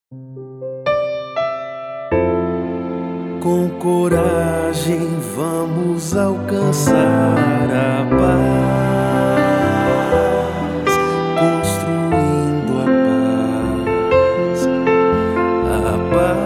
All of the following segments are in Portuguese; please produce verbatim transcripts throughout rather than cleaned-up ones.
Com coragem vamos alcançar a paz, construindo a paz,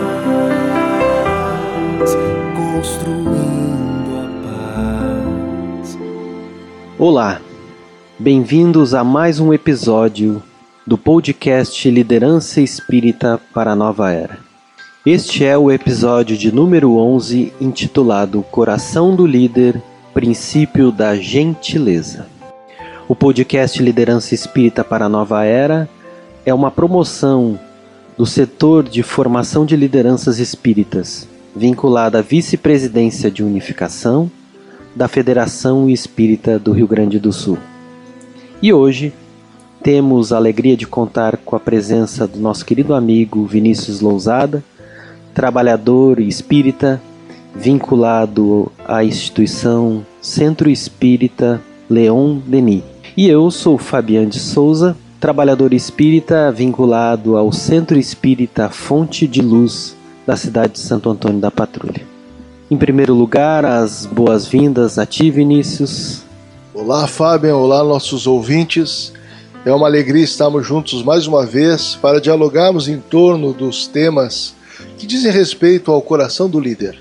a paz, construindo a paz. Olá, bem-vindos a mais um episódio do podcast Liderança Espírita para a Nova Era. Este é o episódio de número onze, intitulado Coração do Líder, Princípio da Gentileza. O podcast Liderança Espírita para a Nova Era é uma promoção do setor de formação de lideranças espíritas, vinculada à Vice-Presidência de Unificação da Federação Espírita do Rio Grande do Sul. E hoje temos a alegria de contar com a presença do nosso querido amigo Vinícius Lousada, trabalhador espírita vinculado à instituição Centro Espírita Leon Denis. E eu sou Fabiano de Souza, trabalhador espírita vinculado ao Centro Espírita Fonte de Luz da cidade de Santo Antônio da Patrulha. Em primeiro lugar, as boas-vindas a ti, Vinícius. Olá, Fabiano. Olá, nossos ouvintes. É uma alegria estarmos juntos mais uma vez para dialogarmos em torno dos temas que dizem respeito ao coração do líder.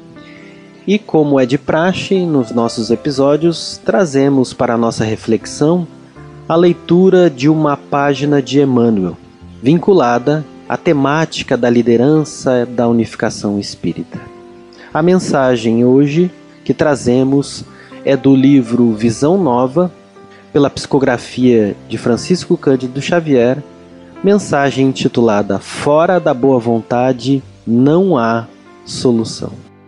E como é de praxe, nos nossos episódios, trazemos para a nossa reflexão a leitura de uma página de Emmanuel, vinculada à temática da liderança da unificação espírita. A mensagem hoje que trazemos é do livro Visão Nova, pela psicografia de Francisco Cândido Xavier, mensagem intitulada Fora da Boa Vontade não há solução.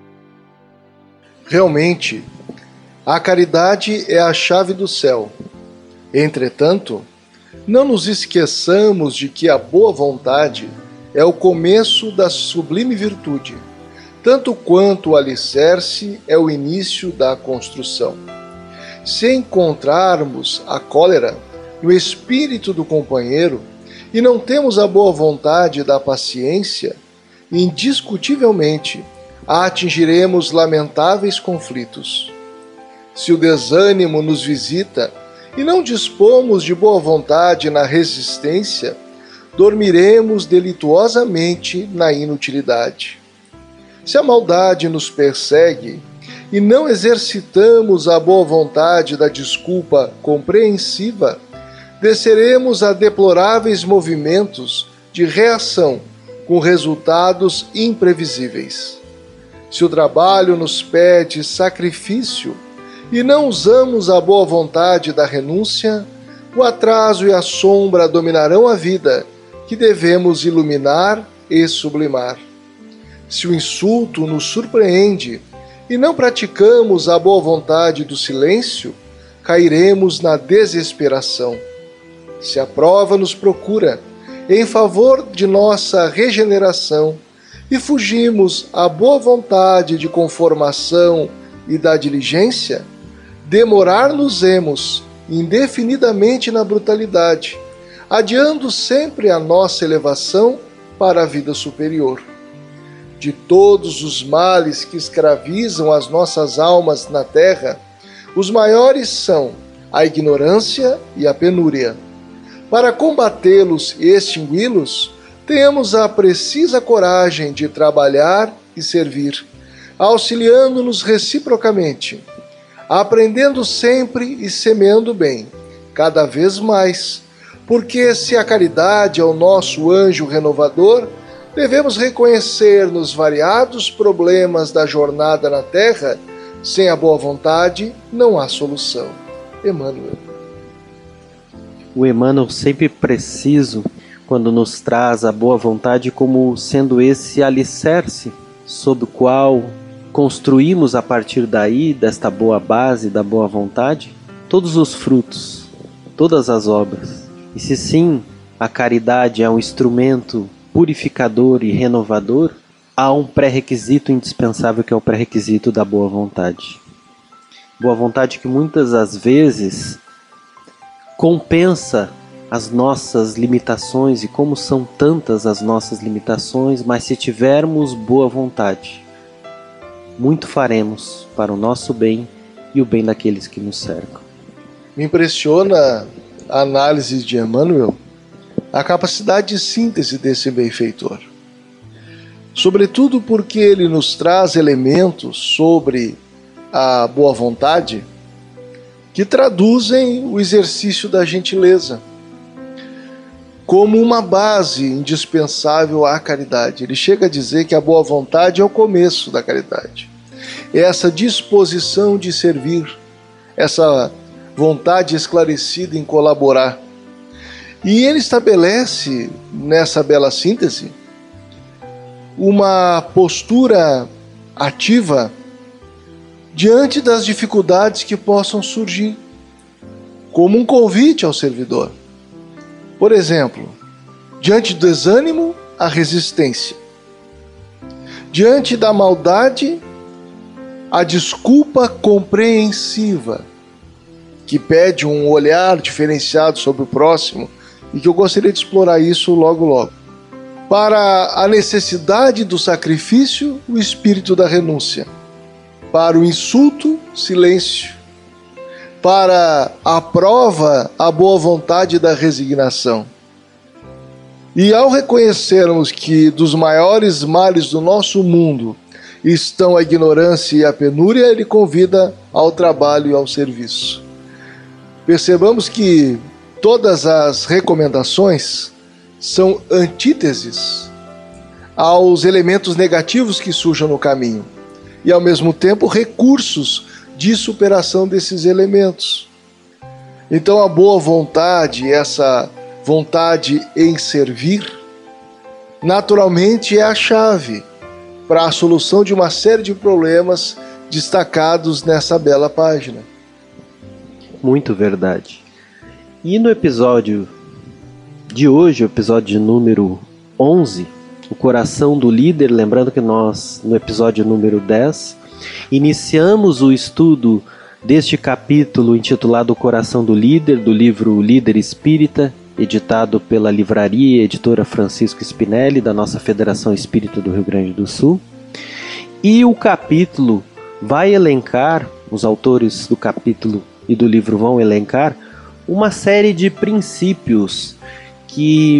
Realmente, a caridade é a chave do céu. Entretanto, não nos esqueçamos de que a boa vontade é o começo da sublime virtude, tanto quanto o alicerce é o início da construção. Se encontrarmos a cólera no espírito do companheiro e não temos a boa vontade da paciência, indiscutivelmente atingiremos lamentáveis conflitos. Se o desânimo nos visita e não dispomos de boa vontade na resistência, dormiremos delituosamente na inutilidade. Se a maldade nos persegue e não exercitamos a boa vontade da desculpa compreensiva, desceremos a deploráveis movimentos de reação com resultados imprevisíveis. Se o trabalho nos pede sacrifício e não usamos a boa vontade da renúncia, o atraso e a sombra dominarão a vida que devemos iluminar e sublimar. Se o insulto nos surpreende e não praticamos a boa vontade do silêncio, cairemos na desesperação. Se a prova nos procura em favor de nossa regeneração e fugimos à boa vontade de conformação e da diligência, demorar-nos-emos indefinidamente na brutalidade, adiando sempre a nossa elevação para a vida superior. De todos os males que escravizam as nossas almas na terra, os maiores são a ignorância e a penúria. Para combatê-los e extingui-los, temos a precisa coragem de trabalhar e servir, auxiliando-nos reciprocamente, aprendendo sempre e semeando bem, cada vez mais, porque se a caridade é o nosso anjo renovador, devemos reconhecer nos variados problemas da jornada na Terra, sem a boa vontade não há solução. Emmanuel. O Emmanuel sempre preciso quando nos traz a boa vontade como sendo esse alicerce sob o qual construímos a partir daí, desta boa base da boa vontade, todos os frutos, todas as obras. E se sim, a caridade é um instrumento purificador e renovador, há um pré-requisito indispensável que é o pré-requisito da boa vontade. Boa vontade que muitas das vezes compensa as nossas limitações e como são tantas as nossas limitações, mas se tivermos boa vontade, muito faremos para o nosso bem e o bem daqueles que nos cercam. Me impressiona a análise de Emmanuel, a capacidade de síntese desse benfeitor. Sobretudo porque ele nos traz elementos sobre a boa vontade que traduzem o exercício da gentileza como uma base indispensável à caridade. Ele chega a dizer que a boa vontade é o começo da caridade. É essa disposição de servir, essa vontade esclarecida em colaborar. E ele estabelece, nessa bela síntese, uma postura ativa diante das dificuldades que possam surgir, como um convite ao servidor. Por exemplo, diante do desânimo, a resistência. Diante da maldade, a desculpa compreensiva, que pede um olhar diferenciado sobre o próximo, e que eu gostaria de explorar isso logo logo. Para a necessidade do sacrifício, o espírito da renúncia. Para o insulto, silêncio. Para a prova, a boa vontade da resignação. E ao reconhecermos que dos maiores males do nosso mundo estão a ignorância e a penúria, ele convida ao trabalho e ao serviço. Percebamos que todas as recomendações são antíteses aos elementos negativos que surjam no caminho e, ao mesmo tempo, recursos de superação desses elementos. Então, a boa vontade, essa vontade em servir, naturalmente é a chave para a solução de uma série de problemas destacados nessa bela página. Muito verdade. E no episódio de hoje, o episódio número onze, o coração do líder, lembrando que nós, no episódio número dez, iniciamos o estudo deste capítulo intitulado O Coração do Líder, do livro Líder Espírita, editado pela livraria editora Francisco Spinelli, da nossa Federação Espírita do Rio Grande do Sul. E o capítulo vai elencar, os autores do capítulo e do livro vão elencar, uma série de princípios que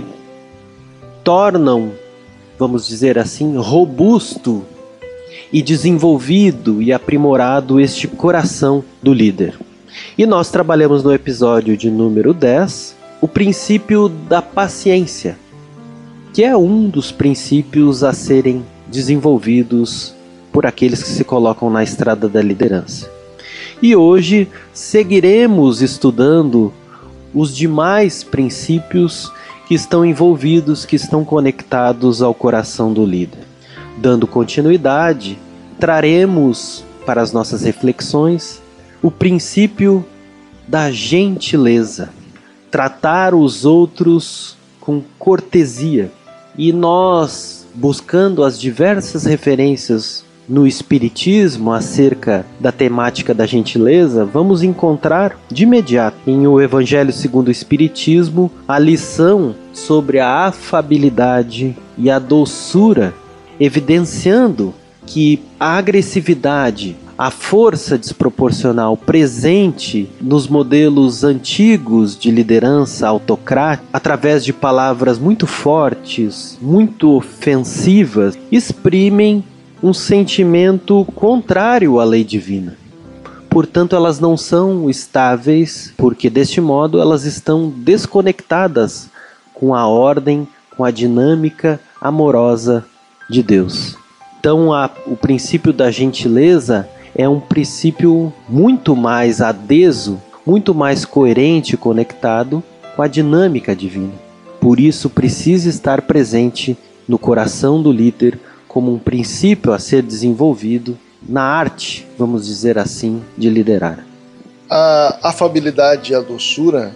tornam, vamos dizer assim, robusto e desenvolvido e aprimorado este coração do líder. E nós trabalhamos no episódio de número dez o princípio da paciência, que é um dos princípios a serem desenvolvidos por aqueles que se colocam na estrada da liderança. E hoje seguiremos estudando os demais princípios que estão envolvidos, que estão conectados ao coração do líder. Dando continuidade, traremos para as nossas reflexões o princípio da gentileza, tratar os outros com cortesia. E nós, buscando as diversas referências no Espiritismo acerca da temática da gentileza, vamos encontrar de imediato em O Evangelho segundo o Espiritismo a lição sobre a afabilidade e a doçura, evidenciando que a agressividade, a força desproporcional presente nos modelos antigos de liderança autocrática, através de palavras muito fortes, muito ofensivas, exprimem um sentimento contrário à lei divina. Portanto, elas não são estáveis, porque deste modo elas estão desconectadas com a ordem, com a dinâmica amorosa de Deus. Então, a, o princípio da gentileza é um princípio muito mais adeso, muito mais coerente e conectado com a dinâmica divina. Por isso, precisa estar presente no coração do líder como um princípio a ser desenvolvido na arte, vamos dizer assim, de liderar. A afabilidade e a doçura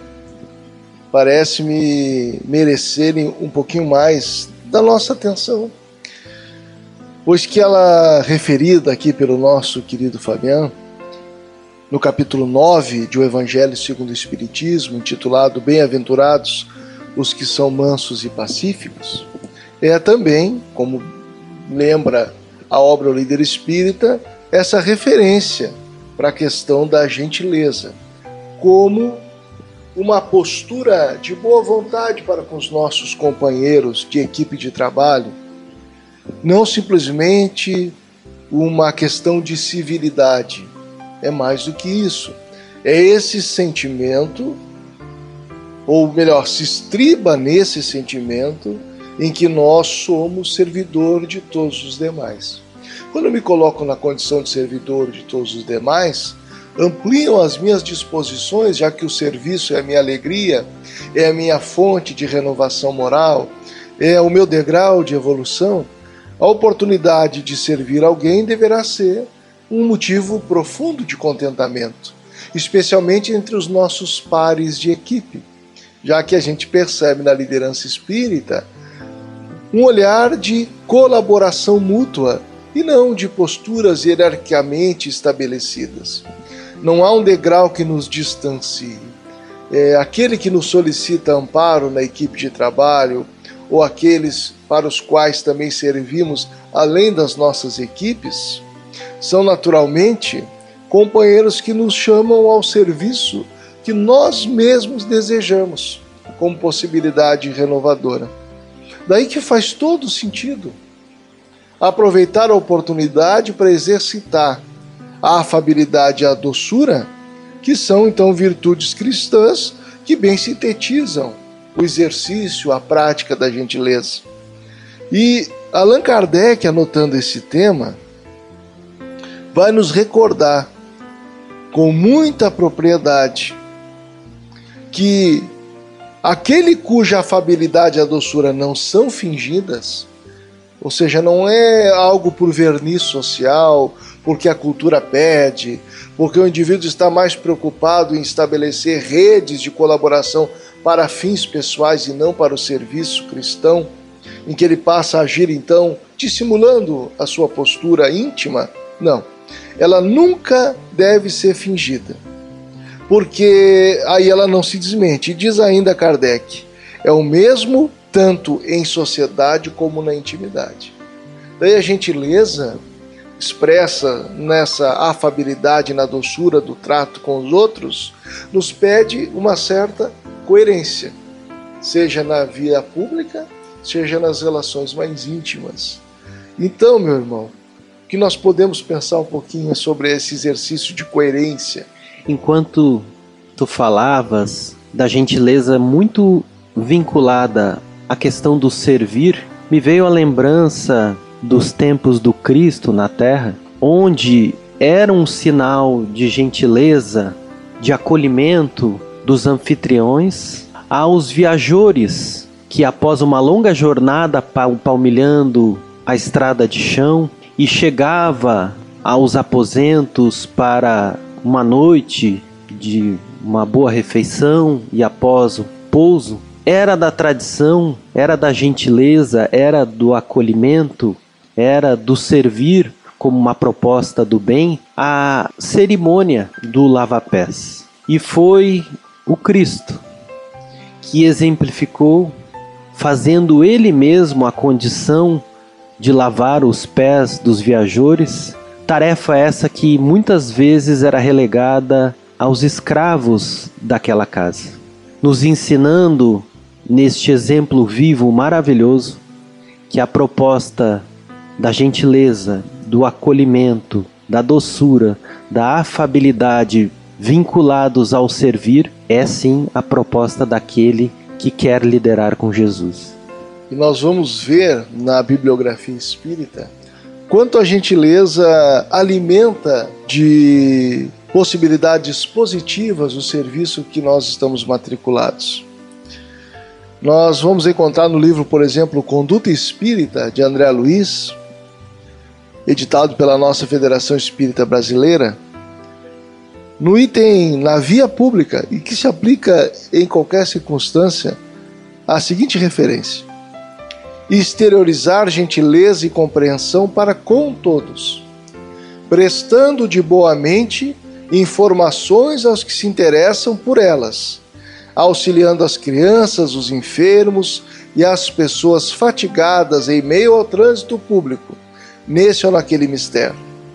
parece-me merecerem um pouquinho mais da nossa atenção, pois que ela, referida aqui pelo nosso querido Fabiano, no capítulo nove de O Evangelho segundo o Espiritismo, intitulado Bem-aventurados os que são mansos e pacíficos, é também, como lembra a obra O Líder Espírita, essa referência para a questão da gentileza, como uma postura de boa vontade para com os nossos companheiros de equipe de trabalho, não simplesmente uma questão de civilidade, é mais do que isso. É esse sentimento, ou melhor, se estriba nesse sentimento em que nós somos servidor de todos os demais. Quando eu me coloco na condição de servidor de todos os demais, ampliam as minhas disposições, já que o serviço é a minha alegria, é a minha fonte de renovação moral, é o meu degrau de evolução. A oportunidade de servir alguém deverá ser um motivo profundo de contentamento, especialmente entre os nossos pares de equipe, já que a gente percebe na liderança espírita um olhar de colaboração mútua e não de posturas hierarquicamente estabelecidas. Não há um degrau que nos distancie. É, aquele que nos solicita amparo na equipe de trabalho, ou aqueles para os quais também servimos além das nossas equipes, são naturalmente companheiros que nos chamam ao serviço que nós mesmos desejamos, como possibilidade renovadora. Daí que faz todo sentido aproveitar a oportunidade para exercitar a afabilidade e a doçura, que são então virtudes cristãs que bem sintetizam o exercício, a prática da gentileza. E Allan Kardec, anotando esse tema, vai nos recordar com muita propriedade que aquele cuja afabilidade e a doçura não são fingidas, ou seja, não é algo por verniz social, porque a cultura pede, porque o indivíduo está mais preocupado em estabelecer redes de colaboração para fins pessoais e não para o serviço cristão, em que ele passa a agir então dissimulando a sua postura íntima. Não, ela nunca deve ser fingida, porque aí ela não se desmente. E diz ainda Kardec, é o mesmo tanto em sociedade como na intimidade. Daí a gentileza expressa nessa afabilidade, na doçura do trato com os outros, nos pede uma certa coerência, seja na via pública, seja nas relações mais íntimas. Então, meu irmão, que nós podemos pensar um pouquinho sobre esse exercício de coerência. Enquanto tu falavas da gentileza muito vinculada à questão do servir, me veio a lembrança dos tempos do Cristo na Terra, onde era um sinal de gentileza, de acolhimento dos anfitriões aos viajores que, após uma longa jornada palmilhando a estrada de chão, e chegava aos aposentos para uma noite de uma boa refeição e após o pouso, era da tradição, era da gentileza, era do acolhimento, era do servir como uma proposta do bem, a cerimônia do lava-pés. E foi o Cristo que exemplificou, fazendo ele mesmo a condição de lavar os pés dos viajores, tarefa essa que muitas vezes era relegada aos escravos daquela casa, nos ensinando neste exemplo vivo maravilhoso que a proposta da gentileza, do acolhimento, da doçura, da afabilidade vinculados ao servir é sim a proposta daquele que quer liderar com Jesus. E nós vamos ver na bibliografia espírita quanto a gentileza alimenta de possibilidades positivas o serviço que nós estamos matriculados. Nós vamos encontrar no livro, por exemplo, Conduta Espírita, de André Luiz, editado pela nossa Federação Espírita Brasileira, no item na via pública, e que se aplica em qualquer circunstância, a seguinte referência: exteriorizar gentileza e compreensão para com todos, prestando de boa mente informações aos que se interessam por elas, auxiliando as crianças, os enfermos e as pessoas fatigadas em meio ao trânsito público, nesse ou naquele mistério.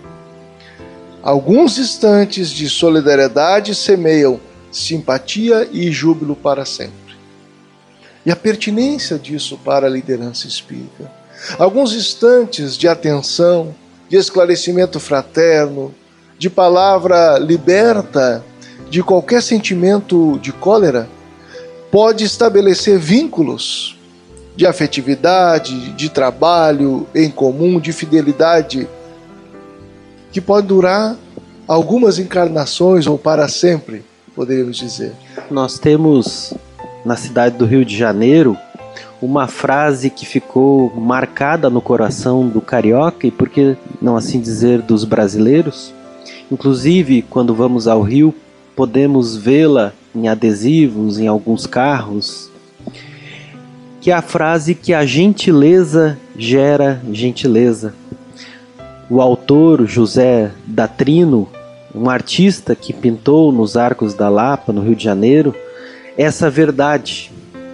Alguns instantes de solidariedade semeiam simpatia e júbilo para sempre. E a pertinência disso para a liderança espírita. Alguns instantes de atenção, de esclarecimento fraterno, de palavra liberta de qualquer sentimento de cólera, pode estabelecer vínculos de afetividade, de trabalho em comum, de fidelidade, que pode durar algumas encarnações ou para sempre, poderíamos dizer. Nós temos na cidade do Rio de Janeiro uma frase que ficou marcada no coração do carioca e, por que não assim dizer, dos brasileiros. Inclusive, quando vamos ao Rio, podemos vê-la em adesivos, em alguns carros, que é a frase que a gentileza gera gentileza. O autor José Datrino, um artista que pintou nos Arcos da Lapa, no Rio de Janeiro, essa verdade,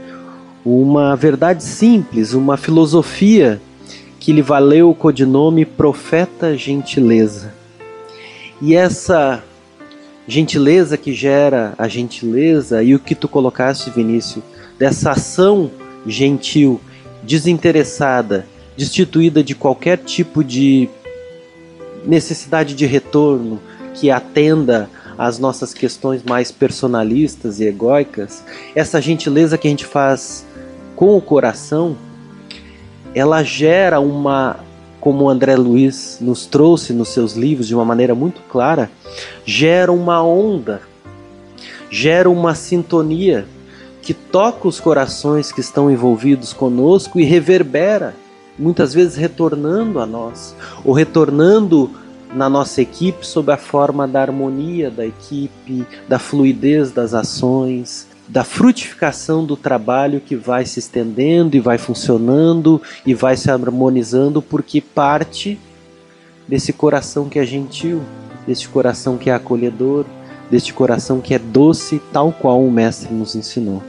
uma verdade simples, uma filosofia que lhe valeu o codinome Profeta Gentileza. E essa gentileza que gera a gentileza, e o que tu colocaste, Vinícius, dessa ação gentil, desinteressada, destituída de qualquer tipo de necessidade de retorno que atenda às nossas questões mais personalistas e egóicas, essa gentileza que a gente faz com o coração, ela gera uma, como o André Luiz nos trouxe nos seus livros de uma maneira muito clara, gera uma onda, gera uma sintonia que toca os corações que estão envolvidos conosco e reverbera, muitas vezes retornando a nós, ou retornando na nossa equipe sob a forma da harmonia da equipe, da fluidez das ações, da frutificação do trabalho que vai se estendendo e vai funcionando e vai se harmonizando, porque parte desse coração que é gentil, desse coração que é acolhedor, deste coração que é doce, tal qual o Mestre nos ensinou.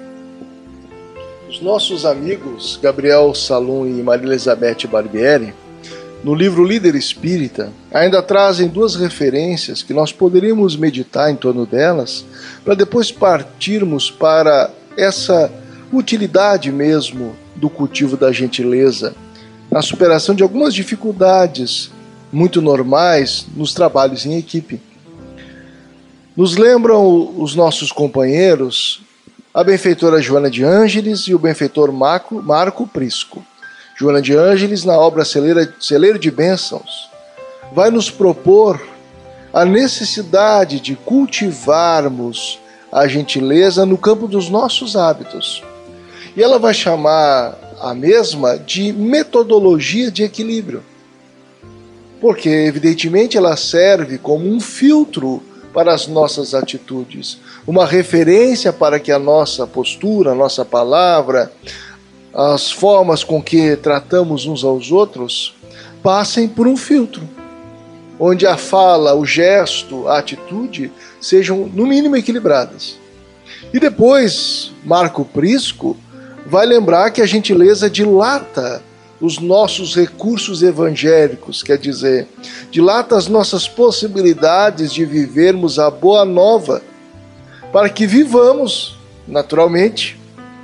Os nossos amigos Gabriel Salum e Maria Elizabeth Barbieri, no livro Líder Espírita, ainda trazem duas referências que nós poderíamos meditar em torno delas, para depois partirmos para essa utilidade mesmo do cultivo da gentileza, na superação de algumas dificuldades muito normais nos trabalhos em equipe. Nos lembram os nossos companheiros, a benfeitora Joana de Ângeles e o benfeitor Marco, Marco Prisco. Joana de Ângeles, na obra Celeiro de Bênçãos, vai nos propor a necessidade de cultivarmos a gentileza no campo dos nossos hábitos. E ela vai chamar a mesma de metodologia de equilíbrio, porque, evidentemente, ela serve como um filtro para as nossas atitudes, uma referência para que a nossa postura, a nossa palavra, as formas com que tratamos uns aos outros passem por um filtro, onde a fala, o gesto, a atitude sejam no mínimo equilibradas. E depois, Marco Prisco vai lembrar que a gentileza dilata os nossos recursos evangélicos, quer dizer, dilata as nossas possibilidades de vivermos a boa nova, para que vivamos, naturalmente,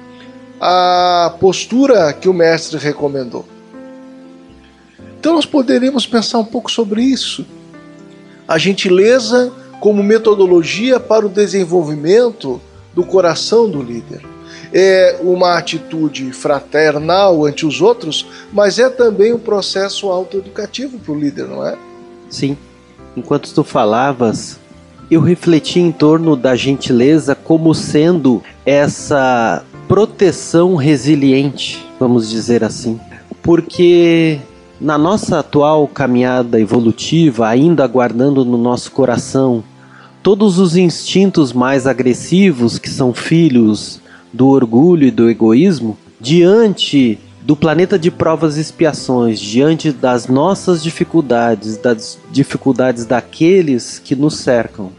a postura que o Mestre recomendou. Então nós poderíamos pensar um pouco sobre isso. A gentileza como metodologia para o desenvolvimento do coração do líder. É uma atitude fraternal ante os outros, mas é também um processo autoeducativo para o líder, não é? Sim. Enquanto tu falavas, eu refleti em torno da gentileza como sendo essa proteção resiliente, vamos dizer assim, porque na nossa atual caminhada evolutiva, ainda guardando no nosso coração todos os instintos mais agressivos que são filhos do orgulho e do egoísmo, diante do planeta de provas e expiações, diante das nossas dificuldades, das dificuldades daqueles que nos cercam,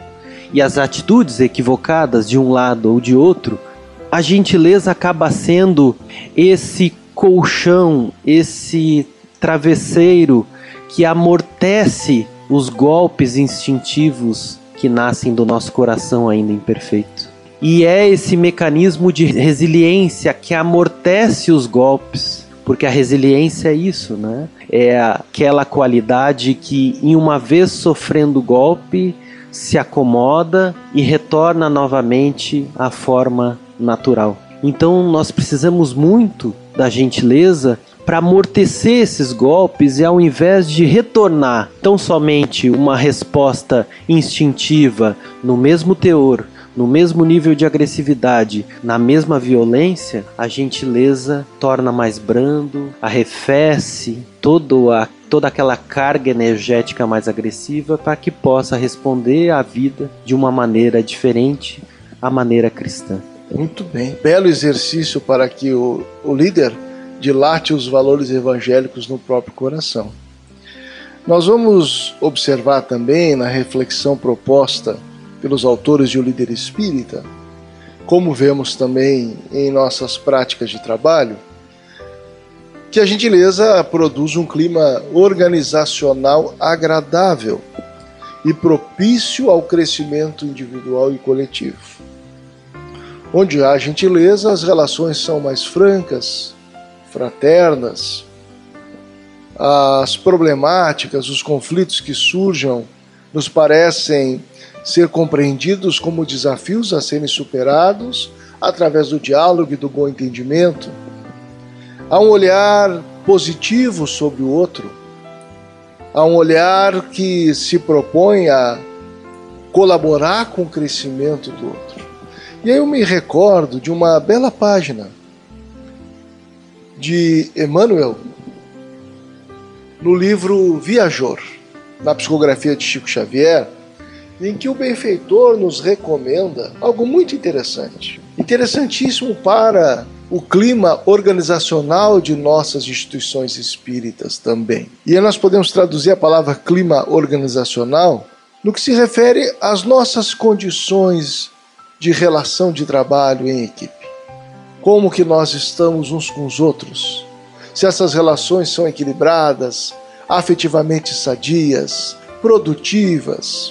e as atitudes equivocadas de um lado ou de outro, a gentileza acaba sendo esse colchão, esse travesseiro que amortece os golpes instintivos que nascem do nosso coração ainda imperfeito. E é esse mecanismo de resiliência que amortece os golpes, porque a resiliência é isso, né? É aquela qualidade que, em uma vez sofrendo o golpe, se acomoda e retorna novamente à forma natural. Então nós precisamos muito da gentileza para amortecer esses golpes, e ao invés de retornar tão somente uma resposta instintiva no mesmo teor, no mesmo nível de agressividade, na mesma violência, a gentileza torna mais brando, arrefece todo a, toda aquela carga energética mais agressiva para que possa responder à vida de uma maneira diferente, a maneira cristã. Muito bem. Belo exercício para que o, o líder dilate os valores evangélicos no próprio coração. Nós vamos observar também na reflexão proposta pelos autores de O Líder Espírita, como vemos também em nossas práticas de trabalho, que a gentileza produz um clima organizacional agradável e propício ao crescimento individual e coletivo. Onde há gentileza, as relações são mais francas, fraternas, as problemáticas, os conflitos que surjam nos parecem ser compreendidos como desafios a serem superados através do diálogo e do bom entendimento. Há um olhar positivo sobre o outro, há um olhar que se propõe a colaborar com o crescimento do outro. E aí eu me recordo de uma bela página de Emmanuel no livro Viajor, na psicografia de Chico Xavier, em que o benfeitor nos recomenda algo muito interessante, interessantíssimo para o clima organizacional de nossas instituições espíritas também. E aí nós podemos traduzir a palavra clima organizacional no que se refere às nossas condições de relação de trabalho em equipe. Como que nós estamos uns com os outros? Se essas relações são equilibradas, afetivamente sadias, produtivas,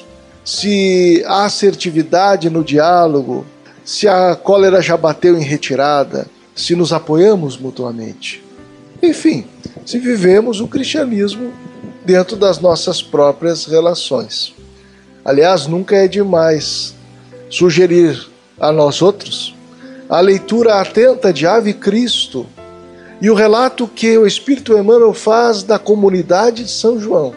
se há assertividade no diálogo, se a cólera já bateu em retirada, se nos apoiamos mutuamente. Enfim, se vivemos o cristianismo dentro das nossas próprias relações. Aliás, nunca é demais sugerir a nós outros a leitura atenta de Ave Cristo e o relato que o Espírito Emmanuel faz da comunidade de São João.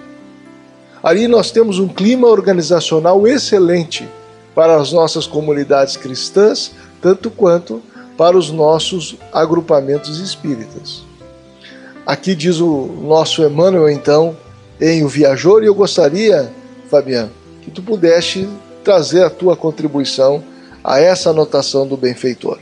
Ali nós temos um clima organizacional excelente para as nossas comunidades cristãs, tanto quanto para os nossos agrupamentos espíritas. Aqui diz o nosso Emmanuel, então, em O Viajor, e eu gostaria, Fabiano, que tu pudesse trazer a tua contribuição a essa anotação do benfeitor.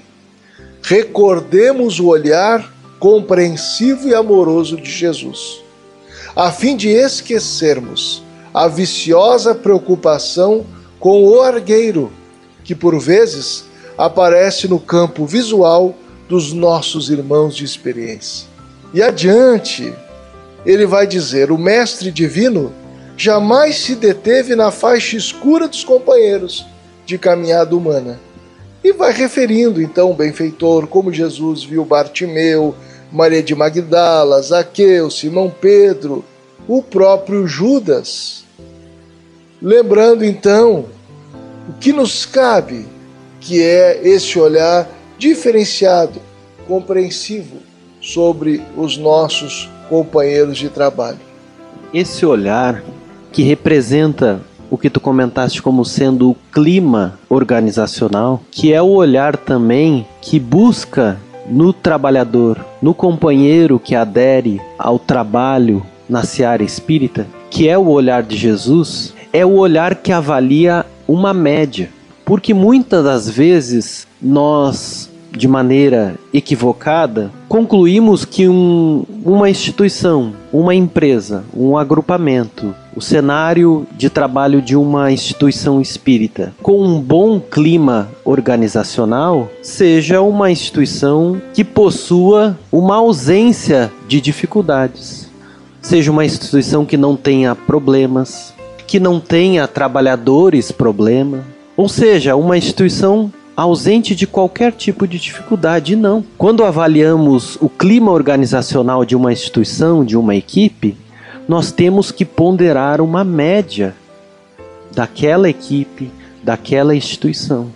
Recordemos o olhar compreensivo e amoroso de Jesus, a fim de esquecermos a viciosa preocupação com o argueiro, que por vezes aparece no campo visual dos nossos irmãos de experiência. E adiante, ele vai dizer, o Mestre Divino jamais se deteve na faixa escura dos companheiros de caminhada humana. E vai referindo, então, o benfeitor, como Jesus viu Bartimeu, Maria de Magdala, Zaqueu, Simão Pedro, o próprio Judas. Lembrando, então, o que nos cabe, que é esse olhar diferenciado, compreensivo sobre os nossos companheiros de trabalho. Esse olhar que representa o que tu comentaste como sendo o clima organizacional, que é o olhar também que busca no trabalhador, no companheiro que adere ao trabalho na seara espírita, que é o olhar de Jesus, é o olhar que avalia uma média. Porque muitas das vezes nós, de maneira equivocada, concluímos que um, uma instituição, uma empresa, um agrupamento, o cenário de trabalho de uma instituição espírita com um bom clima organizacional seja uma instituição que possua uma ausência de dificuldades, seja uma instituição que não tenha problemas, que não tenha trabalhadores problema, ou seja, uma instituição ausente de qualquer tipo de dificuldade. Não. Quando avaliamos o clima organizacional de uma instituição, de uma equipe, nós temos que ponderar uma média daquela equipe, daquela instituição.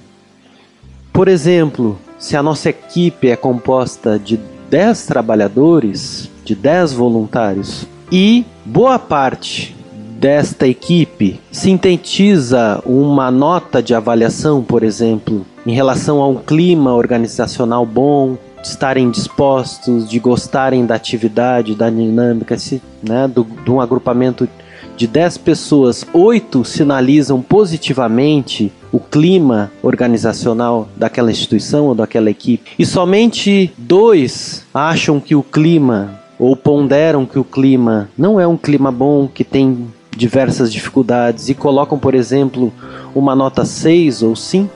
Por exemplo, se a nossa equipe é composta de dez trabalhadores, de dez voluntários, e boa parte desta equipe sintetiza uma nota de avaliação, por exemplo, em relação a um clima organizacional bom, de estarem dispostos, de gostarem da atividade, da dinâmica, né, do, de um agrupamento de dez pessoas, oito sinalizam positivamente o clima organizacional daquela instituição ou daquela equipe, e somente dois acham que o clima, ou ponderam que o clima não é um clima bom, que tem diversas dificuldades, e colocam, por exemplo, uma nota seis ou cinco,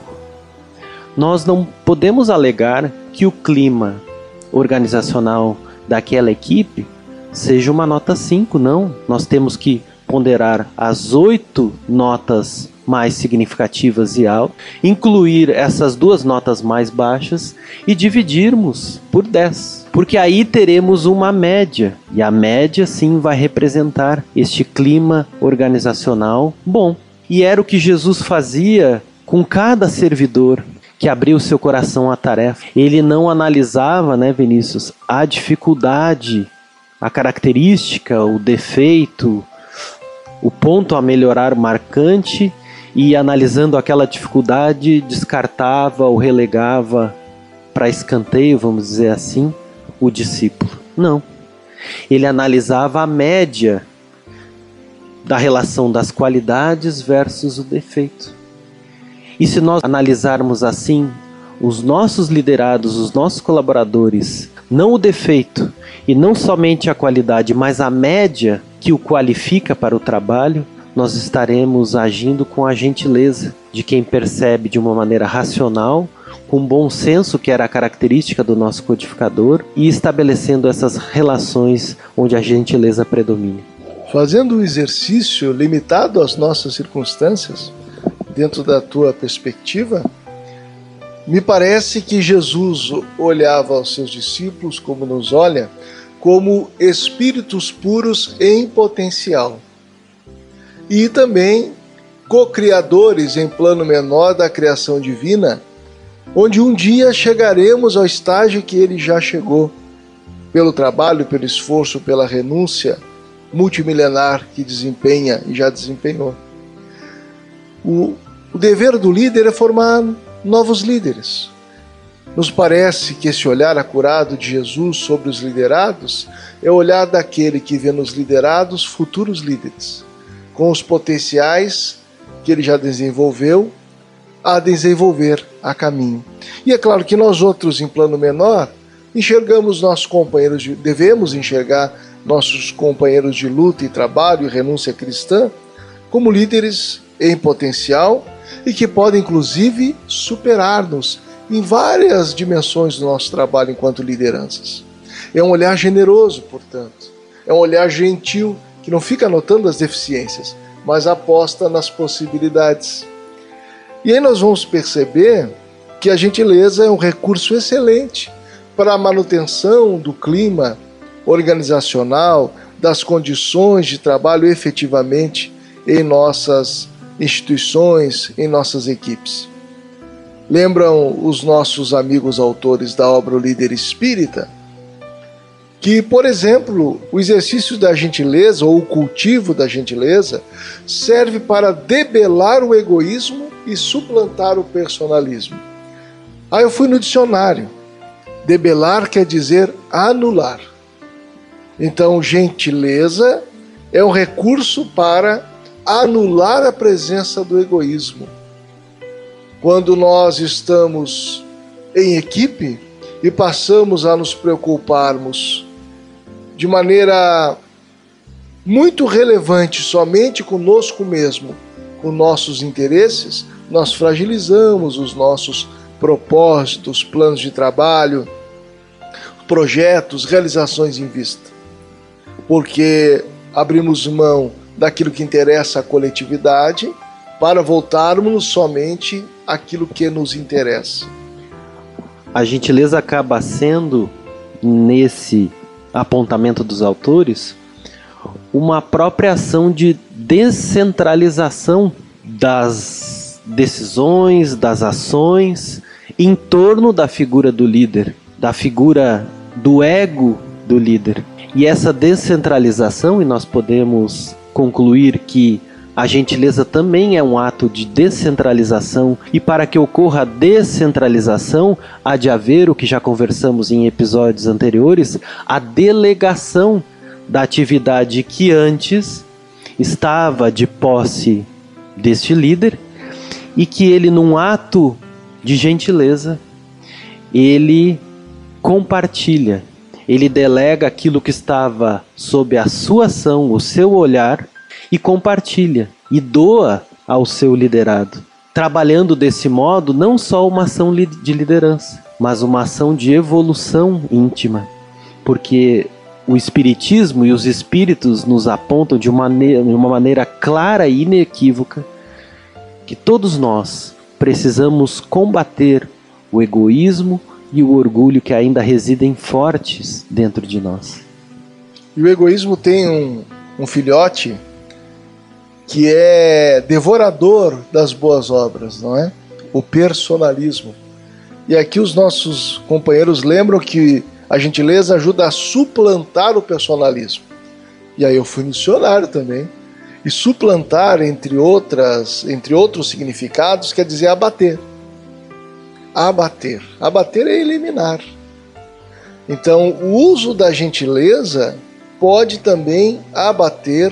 nós não podemos alegar que o clima organizacional daquela equipe seja uma nota cinco, não. Nós temos que ponderar as oito notas mais significativas e altas, incluir essas duas notas mais baixas e dividirmos por dez. Porque aí teremos uma média, e a média sim vai representar este clima organizacional bom. E era o que Jesus fazia com cada servidor que abriu seu coração à tarefa. Ele não analisava, né, Vinícius, a dificuldade, a característica, o defeito, o ponto a melhorar marcante, e analisando aquela dificuldade, descartava ou relegava para escanteio, vamos dizer assim, o discípulo. Não. Ele analisava a média da relação das qualidades versus o defeito. E se nós analisarmos assim, os nossos liderados, os nossos colaboradores, não o defeito e não somente a qualidade, mas a média que o qualifica para o trabalho, nós estaremos agindo com a gentileza de quem percebe de uma maneira racional, com bom senso, que era a característica do nosso codificador, e estabelecendo essas relações onde a gentileza predomina. Fazendo um exercício limitado às nossas circunstâncias, dentro da tua perspectiva, me parece que Jesus olhava aos seus discípulos, como nos olha, como espíritos puros em potencial. E também co-criadores em plano menor da criação divina, onde um dia chegaremos ao estágio que ele já chegou, pelo trabalho, pelo esforço, pela renúncia multimilenar que desempenha e já desempenhou. O, o dever do líder é formar novos líderes. Nos parece que esse olhar acurado de Jesus sobre os liderados é o olhar daquele que vê nos liderados futuros líderes, com os potenciais que ele já desenvolveu a desenvolver a caminho. E é claro que nós outros, em plano menor, enxergamos nossos companheiros, de, devemos enxergar nossos companheiros de luta e trabalho e renúncia cristã como líderes em potencial e que podem, inclusive, superar-nos em várias dimensões do nosso trabalho enquanto lideranças. É um olhar generoso, portanto. É um olhar gentil, que não fica anotando as deficiências, mas aposta nas possibilidades. E aí nós vamos perceber que a gentileza é um recurso excelente para a manutenção do clima organizacional, das condições de trabalho efetivamente em nossas instituições, em nossas equipes. Lembram os nossos amigos autores da obra O Líder Espírita que, por exemplo, o exercício da gentileza ou o cultivo da gentileza serve para debelar o egoísmo e suplantar o personalismo. Aí eu fui no dicionário. Debelar quer dizer anular. Então, gentileza é um recurso para anular a presença do egoísmo. Quando nós estamos em equipe e passamos a nos preocuparmos de maneira muito relevante somente conosco mesmo, com nossos interesses, nós fragilizamos os nossos propósitos, planos de trabalho, projetos, realizações em vista. Porque abrimos mão daquilo que interessa à coletividade para voltarmos somente àquilo que nos interessa. A gentileza acaba sendo, nesse apontamento dos autores, uma própria ação de descentralização das decisões, das ações, em torno da figura do líder, da figura do ego do líder. E essa descentralização, e nós podemos concluir que a gentileza também é um ato de descentralização, e para que ocorra a descentralização, há de haver, o que já conversamos em episódios anteriores, a delegação da atividade que antes estava de posse deste líder, e que ele, num ato de gentileza, ele compartilha, ele delega aquilo que estava sob a sua ação, o seu olhar, e compartilha, e doa ao seu liderado, trabalhando desse modo não só uma ação de liderança, mas uma ação de evolução íntima, porque o Espiritismo e os Espíritos nos apontam de uma maneira, de uma maneira clara e inequívoca que todos nós precisamos combater o egoísmo e o orgulho que ainda residem fortes dentro de nós. E o egoísmo tem um, um filhote que é devorador das boas obras, não é? O personalismo. E aqui os nossos companheiros lembram que a gentileza ajuda a suplantar o personalismo. E aí eu fui no dicionário também. E suplantar, entre outras, entre outros significados, quer dizer abater. Abater. Abater é eliminar. Então, o uso da gentileza pode também abater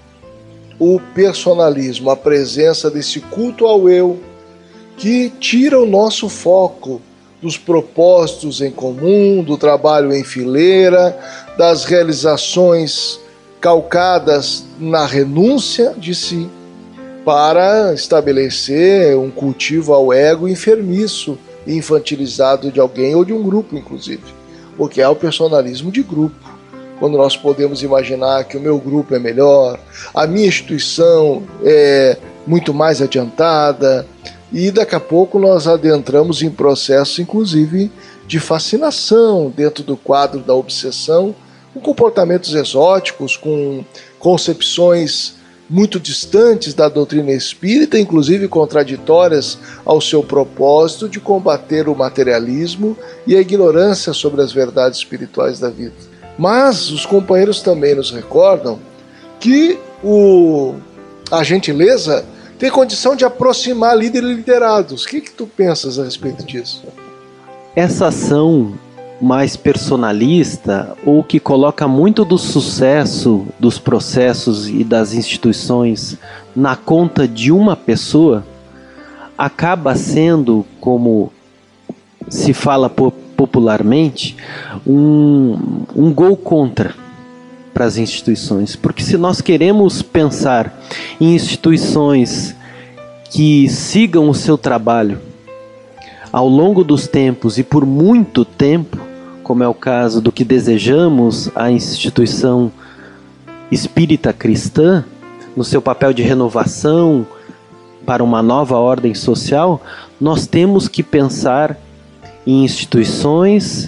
o personalismo, a presença desse culto ao eu, que tira o nosso foco dos propósitos em comum, do trabalho em fileira, das realizações calcadas na renúncia de si, para estabelecer um cultivo ao ego enfermiço e infantilizado de alguém ou de um grupo, inclusive, porque é o personalismo de grupo. Quando nós podemos imaginar que o meu grupo é melhor, a minha instituição é muito mais adiantada, e daqui a pouco nós adentramos em processos, inclusive, de fascinação dentro do quadro da obsessão, com comportamentos exóticos, com concepções muito distantes da doutrina espírita, inclusive contraditórias ao seu propósito de combater o materialismo e a ignorância sobre as verdades espirituais da vida. Mas os companheiros também nos recordam que o, a gentileza tem condição de aproximar líderes e liderados. O que, que tu pensas a respeito disso? Essa ação mais personalista, ou que coloca muito do sucesso dos processos e das instituições na conta de uma pessoa, acaba sendo, como se fala popularmente, um, um gol contra para as instituições. Porque se nós queremos pensar em instituições que sigam o seu trabalho ao longo dos tempos e por muito tempo, como é o caso do que desejamos a instituição espírita cristã, no seu papel de renovação para uma nova ordem social, nós temos que pensar em instituições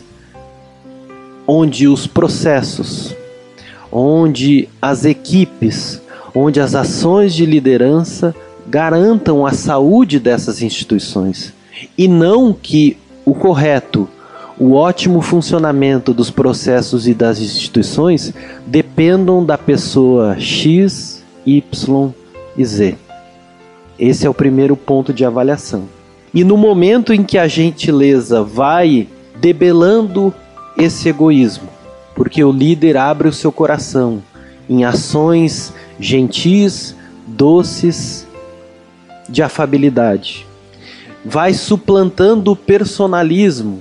onde os processos, onde as equipes, onde as ações de liderança garantam a saúde dessas instituições, e não que o correto, o ótimo funcionamento dos processos e das instituições dependam da pessoa X, Y e Z. Esse é o primeiro ponto de avaliação. E no momento em que a gentileza vai debelando esse egoísmo, porque o líder abre o seu coração em ações gentis, doces, de afabilidade, vai suplantando o personalismo,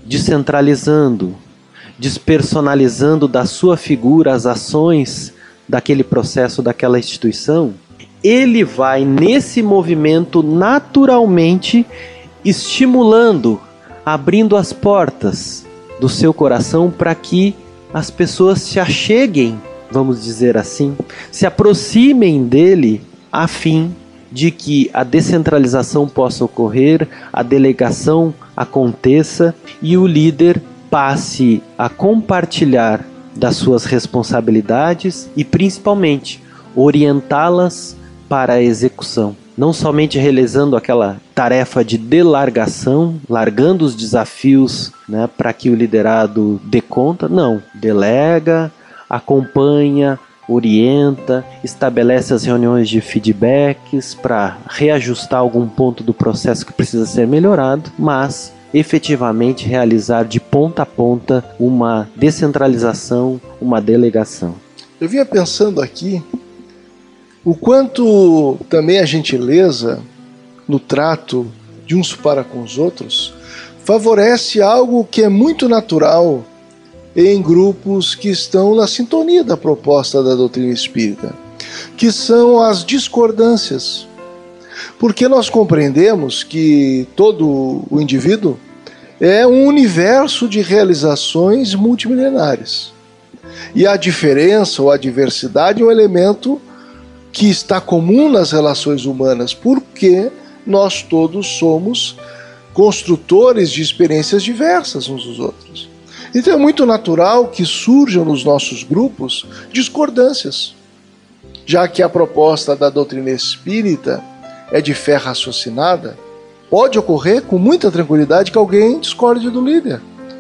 descentralizando, despersonalizando da sua figura as ações daquele processo, daquela instituição, ele vai nesse movimento naturalmente estimulando, abrindo as portas do seu coração para que as pessoas se acheguem, vamos dizer assim, se aproximem dele a fim de que a descentralização possa ocorrer, a delegação aconteça e o líder passe a compartilhar das suas responsabilidades e principalmente orientá-las para a execução. Não somente realizando aquela tarefa de delargação, largando os desafios, né, para que o liderado dê conta, não, delega, acompanha, orienta, estabelece as reuniões de feedbacks para reajustar algum ponto do processo que precisa ser melhorado, mas efetivamente realizar de ponta a ponta uma descentralização, uma delegação. Eu vinha pensando aqui o quanto também a gentileza no trato de uns para com os outros favorece algo que é muito natural em grupos que estão na sintonia da proposta da doutrina espírita, que são as discordâncias. Porque nós compreendemos que todo o indivíduo é um universo de realizações multimilenares. E a diferença ou a diversidade é um elemento que está comum nas relações humanas, porque nós todos somos construtores de experiências diversas uns dos outros. Então é muito natural que surjam nos nossos grupos discordâncias, já que a proposta da doutrina espírita é de fé raciocinada. Pode ocorrer com muita tranquilidade que alguém discorde do líder,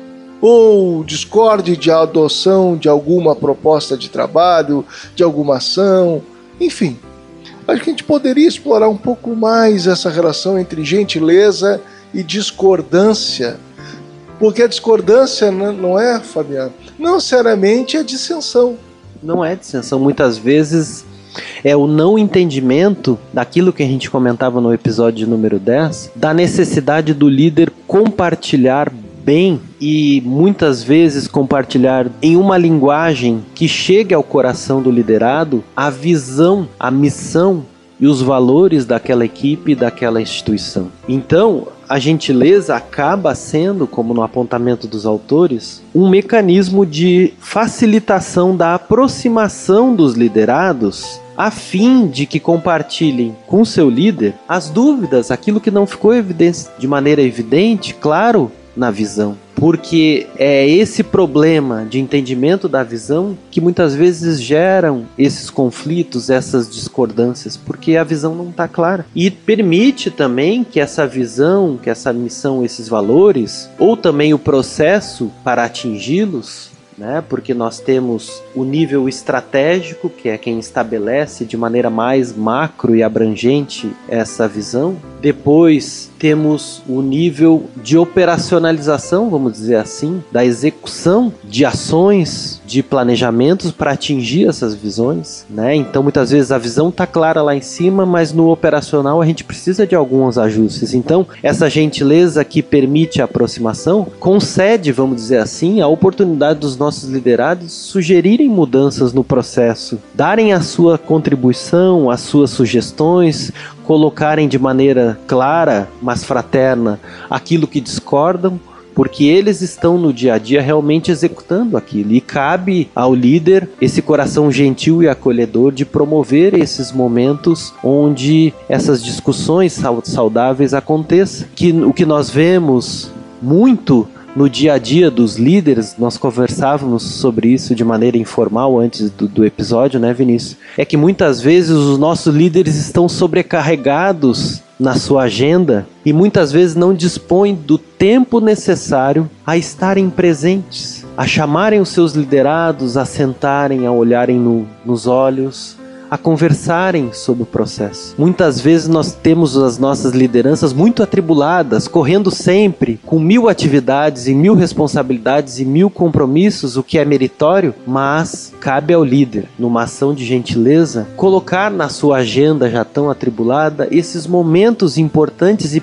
ou discorde de adoção de alguma proposta de trabalho, de alguma ação, enfim. Acho que a gente poderia explorar um pouco mais essa relação entre gentileza e discordância, porque a discordância não é, Fabiano, não necessariamente é dissensão. Não é dissensão, muitas vezes é o não entendimento daquilo que a gente comentava no episódio número dez, da necessidade do líder compartilhar bem e muitas vezes compartilhar em uma linguagem que chegue ao coração do liderado a visão, a missão e os valores daquela equipe, daquela instituição. Então, a gentileza acaba sendo, como no apontamento dos autores, um mecanismo de facilitação da aproximação dos liderados a fim de que compartilhem com seu líder as dúvidas, aquilo que não ficou evidente, de maneira evidente, claro, na visão. Porque é esse problema de entendimento da visão que muitas vezes geram esses conflitos, essas discordâncias, porque a visão não está clara. E permite também que essa visão, que essa missão, esses valores, ou também o processo para atingi-los, né? Porque nós temos o nível estratégico, que é quem estabelece de maneira mais macro e abrangente essa visão. Depois temos o nível de operacionalização, vamos dizer assim, da execução de ações, de planejamentos para atingir essas visões, né? Então muitas vezes a visão está clara lá em cima, mas no operacional a gente precisa de alguns ajustes. Então essa gentileza que permite a aproximação concede, vamos dizer assim, a oportunidade dos nossos liderados sugerirem mudanças no processo, darem a sua contribuição, as suas sugestões, colocarem de maneira clara, mas fraterna, aquilo que discordam, porque eles estão no dia a dia realmente executando aquilo, e cabe ao líder esse coração gentil e acolhedor de promover esses momentos onde essas discussões saudáveis aconteçam. Que o que nós vemos muito no dia a dia dos líderes, nós conversávamos sobre isso de maneira informal antes do, do episódio, né, Vinícius? É que muitas vezes os nossos líderes estão sobrecarregados na sua agenda e muitas vezes não dispõem do tempo necessário a estarem presentes, a chamarem os seus liderados, a sentarem, a olharem no, nos olhos, a conversarem sobre o processo. Muitas vezes nós temos as nossas lideranças muito atribuladas, correndo sempre com mil atividades e mil responsabilidades e mil compromissos, o que é meritório, mas cabe ao líder, numa ação de gentileza, colocar na sua agenda já tão atribulada esses momentos importantes e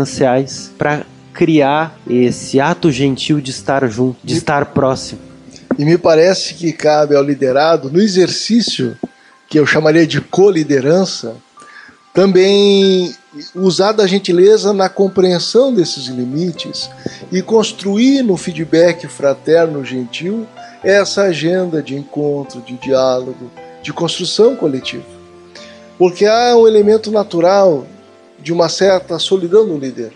presenciais para criar esse ato gentil de estar junto, de estar próximo. E me parece que cabe ao liderado, no exercício que eu chamaria de coliderança, também usar da gentileza na compreensão desses limites e construir no feedback fraterno gentil essa agenda de encontro, de diálogo, de construção coletiva. Porque há um elemento natural de uma certa solidão no líder.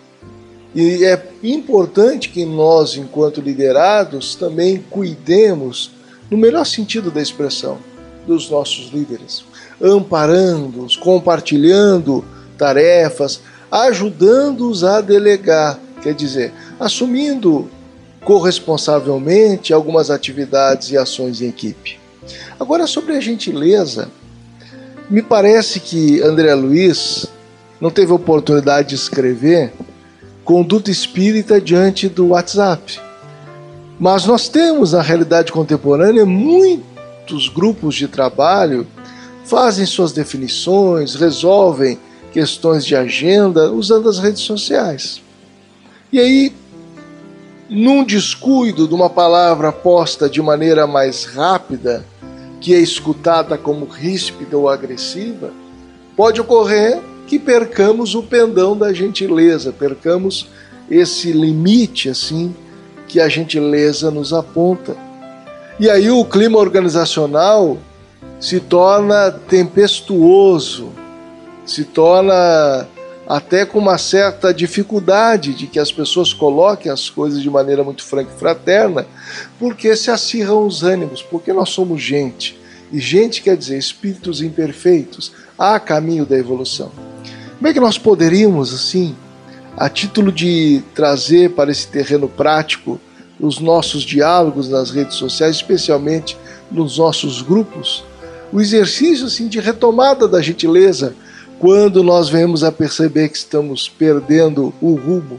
E é importante que nós, enquanto liderados, também cuidemos, no melhor sentido da expressão, dos nossos líderes, amparando-os, compartilhando tarefas, ajudando-os a delegar, quer dizer, assumindo corresponsavelmente algumas atividades e ações em equipe. Agora, sobre a gentileza, me parece que André Luiz não teve oportunidade de escrever Conduta Espírita diante do WhatsApp. Mas nós temos, na realidade contemporânea, muitos grupos de trabalho fazem suas definições, resolvem questões de agenda usando as redes sociais. E aí, num descuido de uma palavra posta de maneira mais rápida, que é escutada como ríspida ou agressiva, pode ocorrer que percamos o pendão da gentileza, percamos esse limite assim que a gentileza nos aponta. E aí o clima organizacional se torna tempestuoso, se torna até com uma certa dificuldade de que as pessoas coloquem as coisas de maneira muito franca e fraterna, porque se acirram os ânimos, porque nós somos gente. E gente quer dizer espíritos imperfeitos, há caminho da evolução. Como é que nós poderíamos, assim, a título de trazer para esse terreno prático os nossos diálogos nas redes sociais, especialmente nos nossos grupos, o exercício assim, de retomada da gentileza, quando nós vemos a perceber que estamos perdendo o rumo?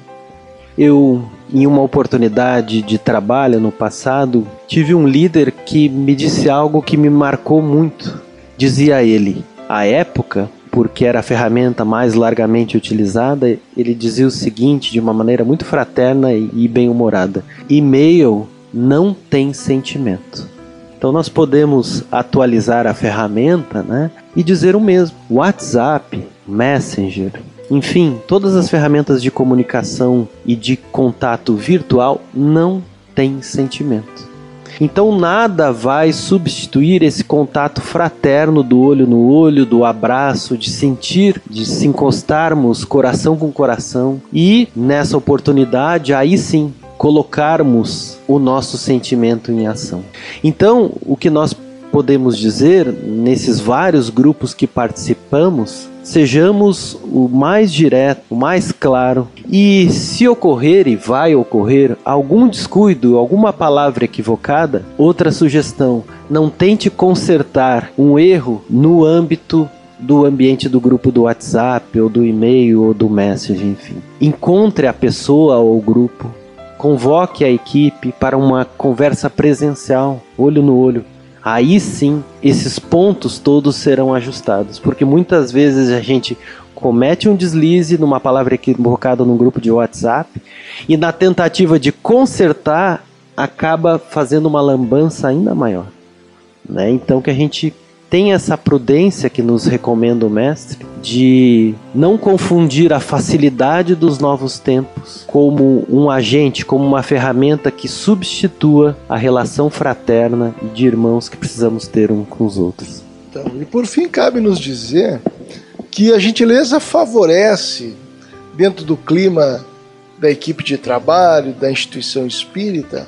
Eu, em uma oportunidade de trabalho no passado, tive um líder que me disse algo que me marcou muito. Dizia ele, à época, porque era a ferramenta mais largamente utilizada, ele dizia o seguinte, de uma maneira muito fraterna e bem-humorada: e-mail não tem sentimento. Então nós podemos atualizar a ferramenta, né, e dizer o mesmo. WhatsApp, Messenger, enfim, todas as ferramentas de comunicação e de contato virtual não têm sentimento. Então nada vai substituir esse contato fraterno do olho no olho, do abraço, de sentir, de se encostarmos coração com coração e, nessa oportunidade, aí sim, colocarmos o nosso sentimento em ação. Então, o que nós podemos dizer, nesses vários grupos que participamos, sejamos o mais direto, o mais claro, e se ocorrer, e vai ocorrer, algum descuido, alguma palavra equivocada, outra sugestão, não tente consertar um erro no âmbito do ambiente do grupo do WhatsApp, ou do e-mail, ou do Messenger, enfim. Encontre a pessoa ou o grupo, convoque a equipe para uma conversa presencial, olho no olho. Aí sim, esses pontos todos serão ajustados, porque muitas vezes a gente comete um deslize numa palavra equivocada num grupo de WhatsApp e na tentativa de consertar acaba fazendo uma lambança ainda maior, né? Então que a gente tenha essa prudência que nos recomenda o mestre de não confundir a facilidade dos novos tempos como um agente, como uma ferramenta que substitua a relação fraterna de irmãos que precisamos ter uns com os outros. Então, e por fim, cabe nos dizer que a gentileza favorece, dentro do clima da equipe de trabalho, da instituição espírita,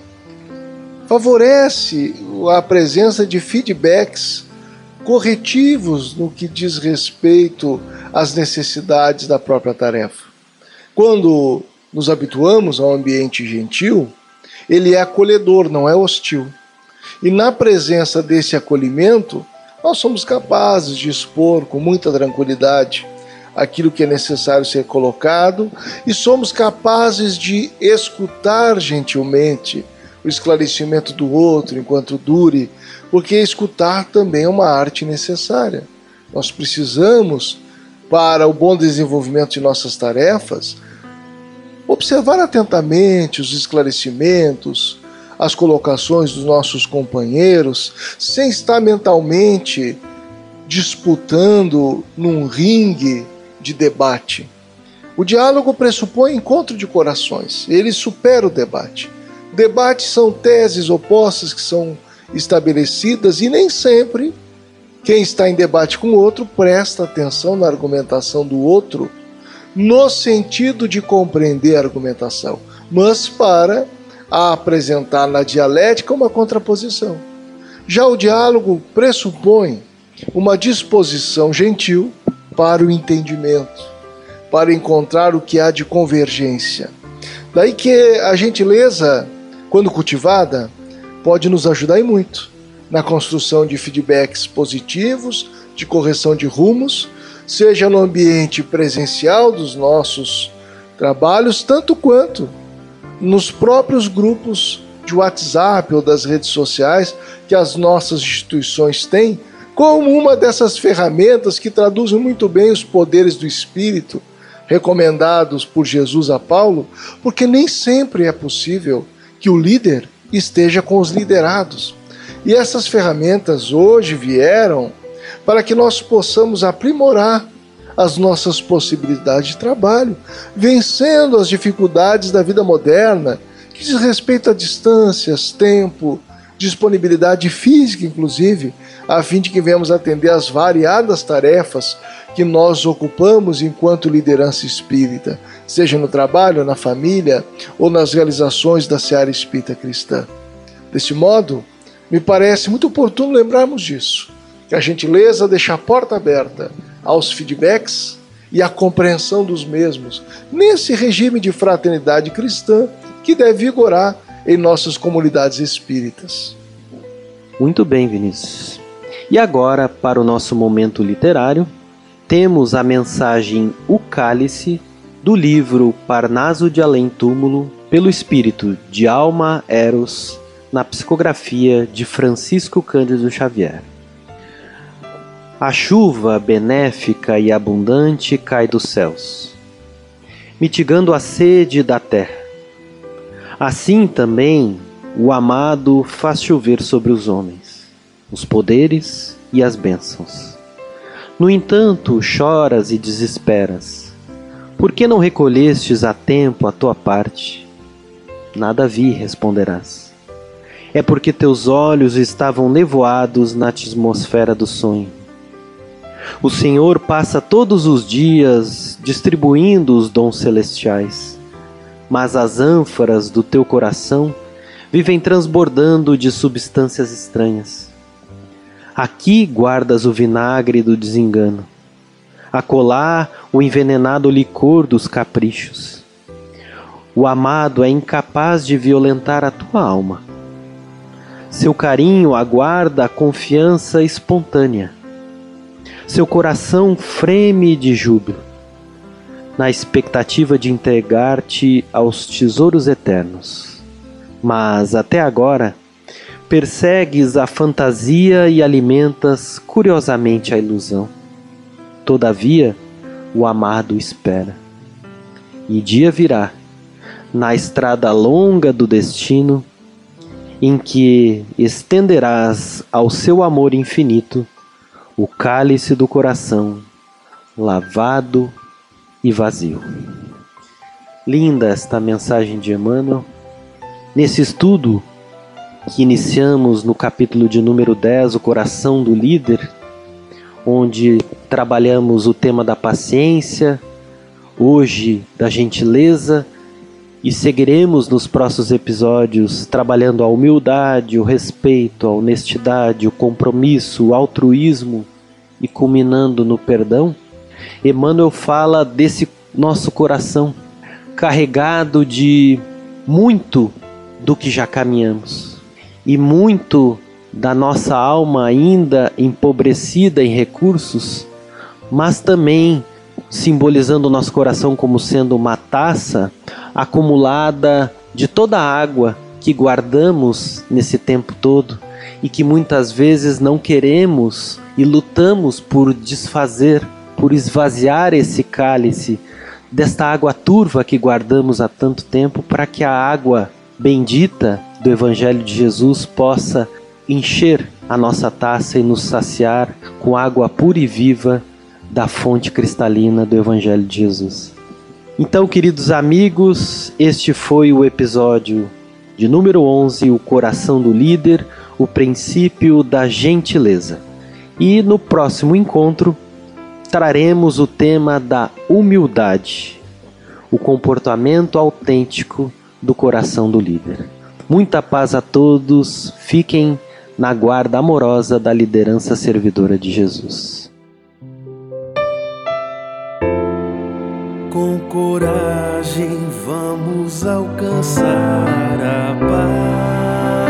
favorece a presença de feedbacks corretivos no que diz respeito às necessidades da própria tarefa. Quando nos habituamos a um ambiente gentil, ele é acolhedor, não é hostil. E na presença desse acolhimento, nós somos capazes de expor com muita tranquilidade aquilo que é necessário ser colocado e somos capazes de escutar gentilmente o esclarecimento do outro enquanto dure, porque escutar também é uma arte necessária. Nós precisamos, para o bom desenvolvimento de nossas tarefas, observar atentamente os esclarecimentos, as colocações dos nossos companheiros, sem estar mentalmente disputando num ringue de debate. O diálogo pressupõe encontro de corações, ele supera o debate. Debates são teses opostas que são estabelecidas e nem sempre quem está em debate com o outro presta atenção na argumentação do outro no sentido de compreender a argumentação, mas para apresentar na dialética uma contraposição. Já o diálogo pressupõe uma disposição gentil para o entendimento, para encontrar o que há de convergência. Daí que a gentileza, quando cultivada, pode nos ajudar e muito na construção de feedbacks positivos, de correção de rumos, seja no ambiente presencial dos nossos trabalhos, tanto quanto nos próprios grupos de WhatsApp ou das redes sociais que as nossas instituições têm, como uma dessas ferramentas que traduzem muito bem os poderes do Espírito recomendados por Jesus a Paulo, porque nem sempre é possível que o líder esteja com os liderados. E essas ferramentas hoje vieram para que nós possamos aprimorar as nossas possibilidades de trabalho, vencendo as dificuldades da vida moderna, que diz respeito a distâncias, tempo, disponibilidade física, inclusive, a fim de que venhamos atender às variadas tarefas que nós ocupamos enquanto liderança espírita, seja no trabalho, na família ou nas realizações da seara espírita cristã. Desse modo, me parece muito oportuno lembrarmos disso, que a gentileza deixa a porta aberta aos feedbacks e à compreensão dos mesmos, nesse regime de fraternidade cristã que deve vigorar em nossas comunidades espíritas. Muito bem, Vinícius. E agora, para o nosso momento literário, temos a mensagem O Cálice, do livro Parnaso de Além Túmulo, pelo espírito de Alma Eros, na psicografia de Francisco Cândido Xavier. A chuva benéfica e abundante cai dos céus, mitigando a sede da terra. Assim também o amado faz chover sobre os homens, os poderes e as bênçãos. No entanto, choras e desesperas. Por que não recolhestes a tempo a tua parte? Nada vi, responderás. É porque teus olhos estavam nevoados na atmosfera do sonho. O Senhor passa todos os dias distribuindo os dons celestiais, mas as ânforas do teu coração vivem transbordando de substâncias estranhas. Aqui guardas o vinagre do desengano, acolá o envenenado licor dos caprichos. O amado é incapaz de violentar a tua alma. Seu carinho aguarda a confiança espontânea. Seu coração freme de júbilo, na expectativa de entregar-te aos tesouros eternos. Mas, até agora, persegues a fantasia e alimentas curiosamente a ilusão. Todavia, o amado espera. E dia virá, na estrada longa do destino, em que estenderás ao seu amor infinito o cálice do coração, lavado e vazio. Linda esta mensagem de Emmanuel. Nesse estudo que iniciamos no capítulo de número dez, o coração do líder, onde trabalhamos o tema da paciência, hoje da gentileza, e seguiremos nos próximos episódios trabalhando a humildade, o respeito, a honestidade, o compromisso, o altruísmo e culminando no perdão. Emmanuel fala desse nosso coração carregado de muito do que já caminhamos e muito da nossa alma ainda empobrecida em recursos, mas também simbolizando o nosso coração como sendo uma taça acumulada de toda a água que guardamos nesse tempo todo e que muitas vezes não queremos e lutamos por desfazer, por esvaziar esse cálice desta água turva que guardamos há tanto tempo, para que a água bendita do Evangelho de Jesus possa encher a nossa taça e nos saciar com água pura e viva da fonte cristalina do Evangelho de Jesus. Então, queridos amigos, este foi o episódio de número onze, o coração do líder, o princípio da gentileza. E no próximo encontro traremos o tema da humildade, o comportamento autêntico do coração do líder. Muita paz a todos, fiquem na guarda amorosa da liderança servidora de Jesus. Com coragem vamos alcançar a paz.